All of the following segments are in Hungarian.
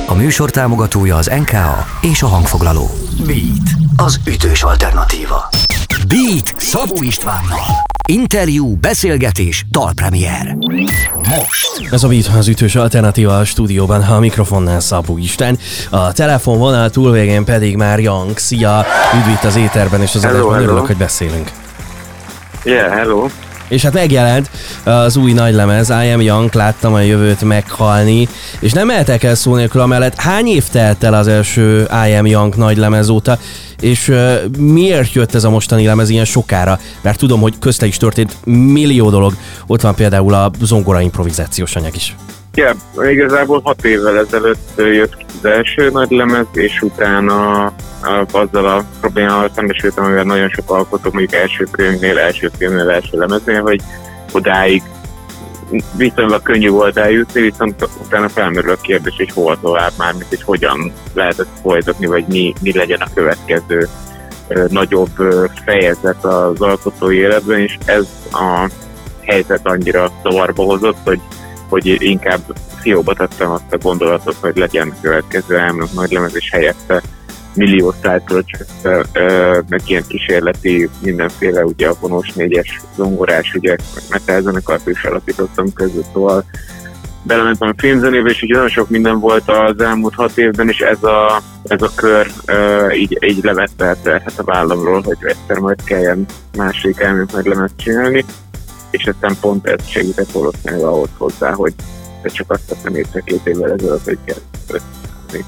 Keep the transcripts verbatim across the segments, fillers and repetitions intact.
A műsor támogatója az en ká á és a hangfoglaló. Beat, az ütős alternatíva. Beat Szabó Istvánnal. Interjú, beszélgetés, dalpremier. Most. Ez a Beat, az ütős alternatíva a stúdióban, a mikrofonnál Szabó István. A telefonvonal túlvégén pedig már Young. Szia! Üdv itt az éterben és az adásban, örülök, hogy beszélünk. Yeah, hello! És hát megjelent az új nagylemez, I Am Young, láttam a jövőt meghalni, és nem mehetek el szó nélkül amellett, hány év telt el az első I Am Young nagylemez óta, és uh, miért jött ez a mostani lemez ilyen sokára? Mert tudom, hogy közte is történt millió dolog, ott van például a zongora improvizációs anyag is. Ja, igazából hat évvel ezelőtt jött ki az első nagylemez, és utána azzal a problémával szembesültem, amivel nagyon sok alkotó, mondjuk első könyvnél, első filmnél, első lemeznél, hogy odáig viszonylag könnyű volt eljutni, viszont utána felmerül a kérdés, hogy hol tovább már, mint hogy hogyan lehet ezt folytatni, vagy mi, mi legyen a következő ö, nagyobb ö, fejezet az alkotói életben, és ez a helyzet annyira zavarba hozott, hogy, hogy inkább fióba tettem azt a gondolatot, hogy legyen következő elmúlt nagylemez, és helyette millió side project, meg ilyen kísérleti, mindenféle, ugye a vonós négyes zongorás ügyek, metal zenekart is alapítottam között, szóval belementem a filmzenébe, és ugye nagyon sok minden volt az elmúlt hat évben, és ez a, ez a kör uh, így, így levette el terhet a vállamról, hogy egyszer majd kelljen másik elmúlt nagy lemezt csinálni, és aztán pont ez segített valószínűleg ahhoz hozzá, hogy csak azt teszem észre két évvel ezelőtt, hogy kell összeállni.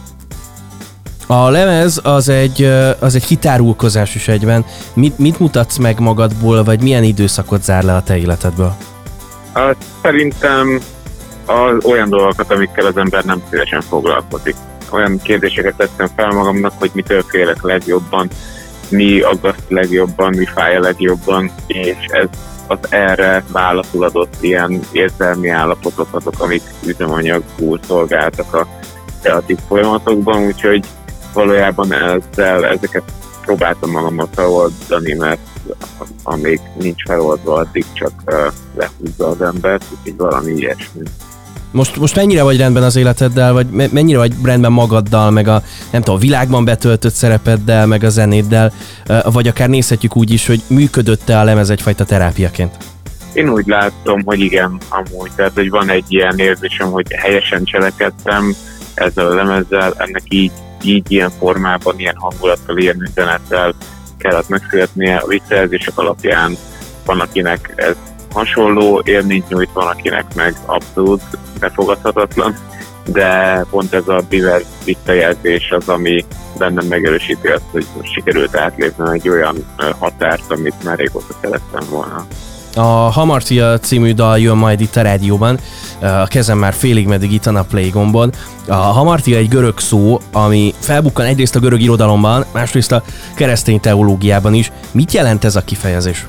A lemez az egy, az egy kitárulkozás is egyben. Mit, mit mutatsz meg magadból, vagy milyen időszakot zár le a te életedből? Uh, szerintem az olyan dolgokat, amikkel az ember nem szívesen foglalkozik. Olyan kérdéseket tettem fel magamnak, hogy mitől félek legjobban, mi aggaszt legjobban, mi fáj a legjobban, és ez az erre válaszul adott ilyen érzelmi állapotok azok, amik üzemanyagul szolgáltak a kreatív folyamatokban, úgyhogy valójában ezzel, ezeket próbáltam magammal feloldani, mert amíg nincs feloldva, addig csak uh, lehúzza az embert, úgyhogy valami ilyesmi. Most, most mennyire vagy rendben az életeddel, vagy mennyire vagy rendben magaddal, meg a nem tudom, a világban betöltött szerepeddel, meg a zenéddel, vagy akár nézhetjük úgy is, hogy működött-e a lemez egyfajta terápiaként? Én úgy látom, hogy igen, amúgy. Tehát, hogy van egy ilyen érzésem, hogy helyesen cselekedtem ezzel a lemezzel, ennek így, így ilyen formában, ilyen hangulattal, ilyen üzenettel kellett megszületnie. A visszajelzések alapján van, akinek ez hasonló élményt nyújt, van, akinek meg abszolút befogadhatatlan, de pont ez a divers visszajelzés az, ami bennem megerősíti azt, hogy most sikerült átlépni egy olyan határt, amit már régóta szerettem volna. A Hamartia című dal jön majd itt a rádióban, a kezem már félig meddig itt a play gombon. A Hamartia egy görög szó, ami felbukkan egyrészt a görög irodalomban, másrészt a keresztény teológiában is. Mit jelent ez a kifejezés?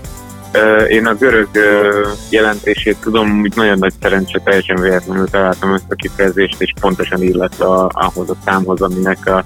Én a görög jelentését tudom, hogy nagyon nagy szerencse, teljesen véletlenül találtam ezt a kifejezést, és pontosan illet a, ahhoz a számhoz, aminek a,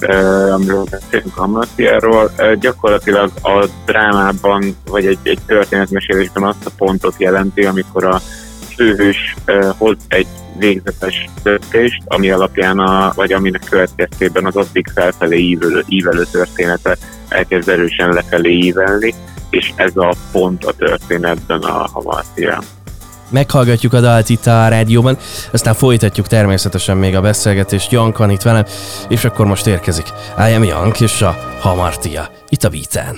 amiről beszélünk a Hamartiáról. Gyakorlatilag a drámában, vagy egy, egy történetmesélésben azt a pontot jelenti, amikor a főhős hoz egy végzetes döntést, ami alapján, a, vagy aminek következtében az addig felfelé ívelő, ívelő története elkezd erősen lefelé ívelni, és ez a pont a történetben a Hamartia. Meghallgatjuk a dalt itt a rádióban, aztán folytatjuk természetesen még a beszélgetést. Young van itt velem, és akkor most érkezik I Am Young és a Hamartia itt a Beaten.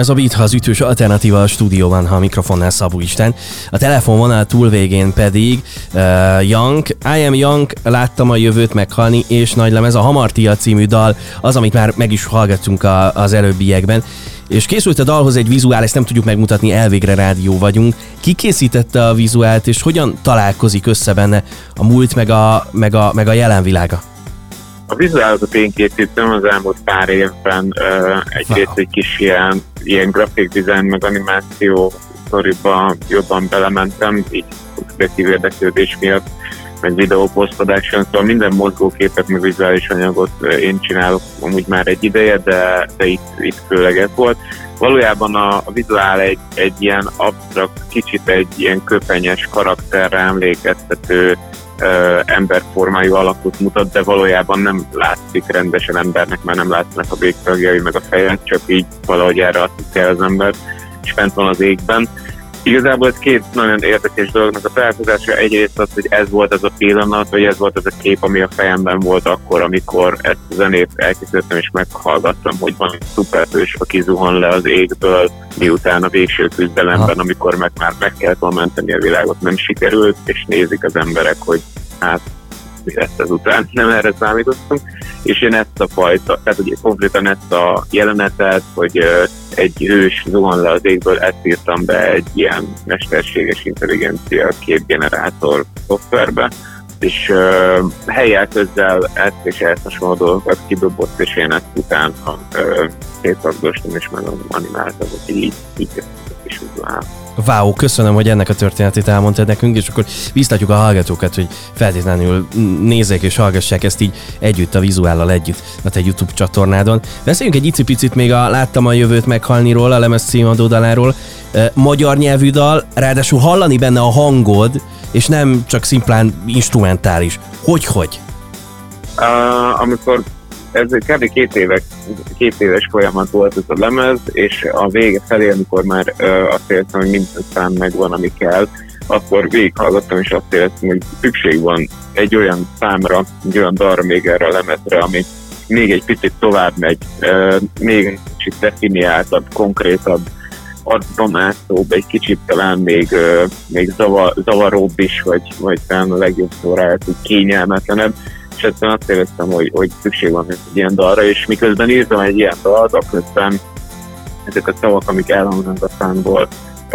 Ez a Beat, az ütős alternatíva a stúdióban, ha a mikrofonnál Szabó István. A telefonvonal túlvégén pedig uh, Young, I Am Young, láttam a jövőt meghalni, és nagylemez, a Hamartia című dal, az, amit már meg is hallgattunk a, az előbbiekben. És készült a dalhoz egy vizuál, ezt nem tudjuk megmutatni, elvégre rádió vagyunk. Ki készítette a vizuált, és hogyan találkozik össze benne a múlt, meg a, meg a, meg a jelen világa? A vizuálatot én készítem az elmúlt pár évben, uh, egyrészt wow. egy kis ilyen, ilyen graphic design, meg animáció sztoriba jobban belementem, így kreatív érdeklődés miatt, meg videó post-production, szóval minden mozgóképet, meg vizuális anyagot én csinálok amúgy már egy ideje, de, de itt, itt főleg ez volt. Valójában a, a vizuál egy, egy ilyen absztrakt, kicsit egy ilyen köpenyes karakterre emlékeztető ö, emberformájú alakot mutat, de valójában nem látszik rendesen embernek, mert nem látszanak a végtagjai meg a feje, csak így valahogy erre asszociál az ember, és fent van az égben. Igazából ez két nagyon érdekes dolognak a találkozása. Egyrészt az, hogy ez volt az a pillanat, vagy ez volt az a kép, ami a fejemben volt akkor, amikor ezt a zenét elkészítettem és meghallgattam, hogy van egy szuperhős, aki zuhan le az égből, miután a végső küzdelemben, amikor meg már meg kellett volna menteni a világot, nem sikerült, és nézik az emberek, hogy hát mi lesz ezután, nem erre számítottunk, és én ezt a fajta, tehát ugye konkrétan ezt a jelenetet, hogy uh, egy hős zuhan le az égből, ezt írtam be egy ilyen mesterséges intelligencia képgenerátor szoftverbe, és uh, helyjel közzel ezt és ezt hasonló dolgokat kidobott, és én ezt utána uh, szétszagdostam és meg animáltam, hogy így, így is vizuál. Wow, köszönöm, hogy ennek a történetét elmondtad nekünk, és akkor biztatjuk a hallgatókat, hogy feltétlenül nézzék és hallgassák ezt így együtt, a vizuállal együtt, a te YouTube csatornádon. Beszéljünk egy icipicit még a Láttam a jövőt meghalniról, a lemez címadó daláról. Magyar nyelvű dal, ráadásul hallani benne a hangod, és nem csak szimplán instrumentális. Hogy-hogy? Uh, amikor ez kb. két, évek, két éves folyamat volt ez a lemez, és a vége felé, amikor már uh, azt éreztem, hogy minden szám megvan, ami kell, akkor végighallgattam, és azt éreztem, hogy szükség van egy olyan számra, egy olyan dalra még erre a lemezre, ami még egy picit tovább megy, uh, még egy kicsit definiáltabb, konkrétabb, addomászóbb, egy kicsit talán még, uh, még zavar, zavaróbb is, vagy, vagy talán a legjobb szóra lehet, hogy kényelmetlenebb. És egyszerűen azt éreztem, hogy, hogy szükség van egy ilyen dalra, és miközben írtam egy ilyen dalt, akkor ezek a szavak, amik elhangzanak a számból,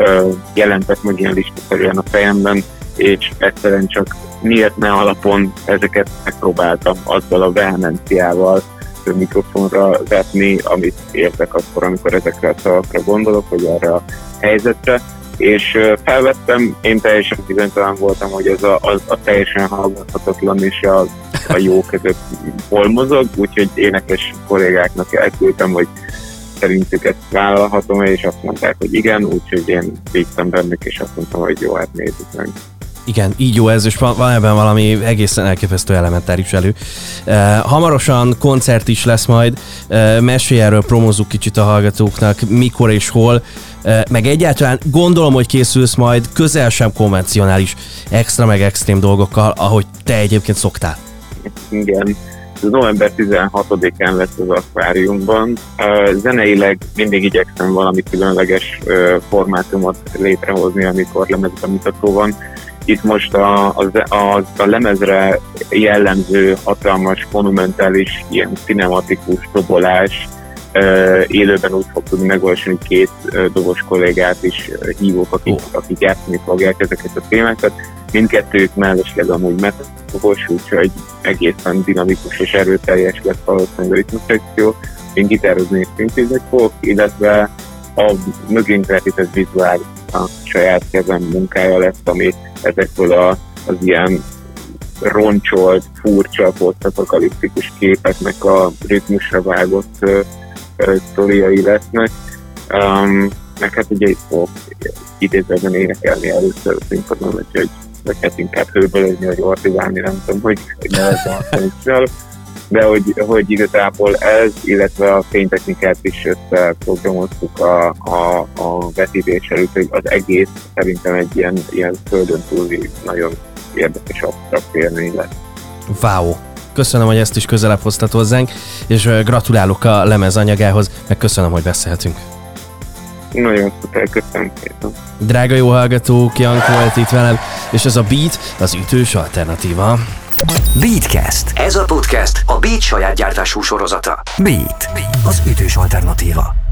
jelentek meg ilyen listaszerűen a fejemben, és egyszerűen csak miért ne alapon ezeket megpróbáltam azzal a vehemenciával mikrofonra vetni, amit értek akkor, amikor ezekre a szavakra gondolok, vagy erre a helyzetre. És felvettem, én teljesen bizonytalan voltam, hogy ez a, a, a teljesen hallgathatatlan és a, a jó között hol mozog, úgyhogy énekes kollégáknak elküldtem, hogy szerintük ezt vállalhatom, és azt mondták, hogy igen, úgyhogy én bíztam bennük, és azt mondtam, hogy jó, hát nézzük meg. Igen, így jó ez, és van ebben valami egészen elképesztő elementáris elő. Uh, hamarosan koncert is lesz majd, uh, mesélj erről, promózzuk kicsit a hallgatóknak, mikor és hol, uh, meg egyáltalán gondolom, hogy készülsz majd közel sem konvencionális extra meg extrém dolgokkal, ahogy te egyébként szoktál. Igen, ez november tizenhatodikán lesz az akváriumban. Uh, zeneileg mindig igyekszem valami különleges uh, formátumot létrehozni, amikor lemezbemutató van. Itt most a, a, a, a lemezre jellemző, hatalmas, monumentális, ilyen cinematikus dobolás uh, élőben úgy fog tudni megvalósulni, két uh, dobos kollégát is uh, hívók, akik, oh. akik játszani fogják ezeket a témákat. Mindkettőjük mellesleg amúgy metodobos, úgyhogy egészen dinamikus és erőteljes lesz valószínűleg a ritmusszekció. Én gitározni és szintézni fogok, illetve a mögénk vetített vizuális a saját kezem munkája lesz, ami ezekből a, az ilyen roncsolt, furcsa, posztapokaliptikus képeknek a ritmusra vágott uh, uh, sztoriai lesznek. Um, meg hát ugye itt fogok idézőben énekelni először a színpadon, úgyhogy vagy hát inkább hőbölözni, vagy ortizálni, nem tudom, hogy nevezem azt is, de hogy, hogy igazából ez, illetve a fénytechnikát is összeprogramoztuk a, a, a vetítés előtt, hogy az egész szerintem egy ilyen, ilyen földön túli nagyon érdekes absztrakt élmény lesz. Wow! Köszönöm, hogy ezt is közelebb hoztad hozzánk, és gratulálok a lemez anyagához, meg köszönöm, hogy beszélhetünk. Nagyon szuper, köszönöm szépen. Drága jó hallgatók, Jank volt itt velem, és ez a Beat az ütős alternatíva. Beatcast. Ez a podcast a Beat saját gyártású sorozata. Beat, az ütős alternatíva.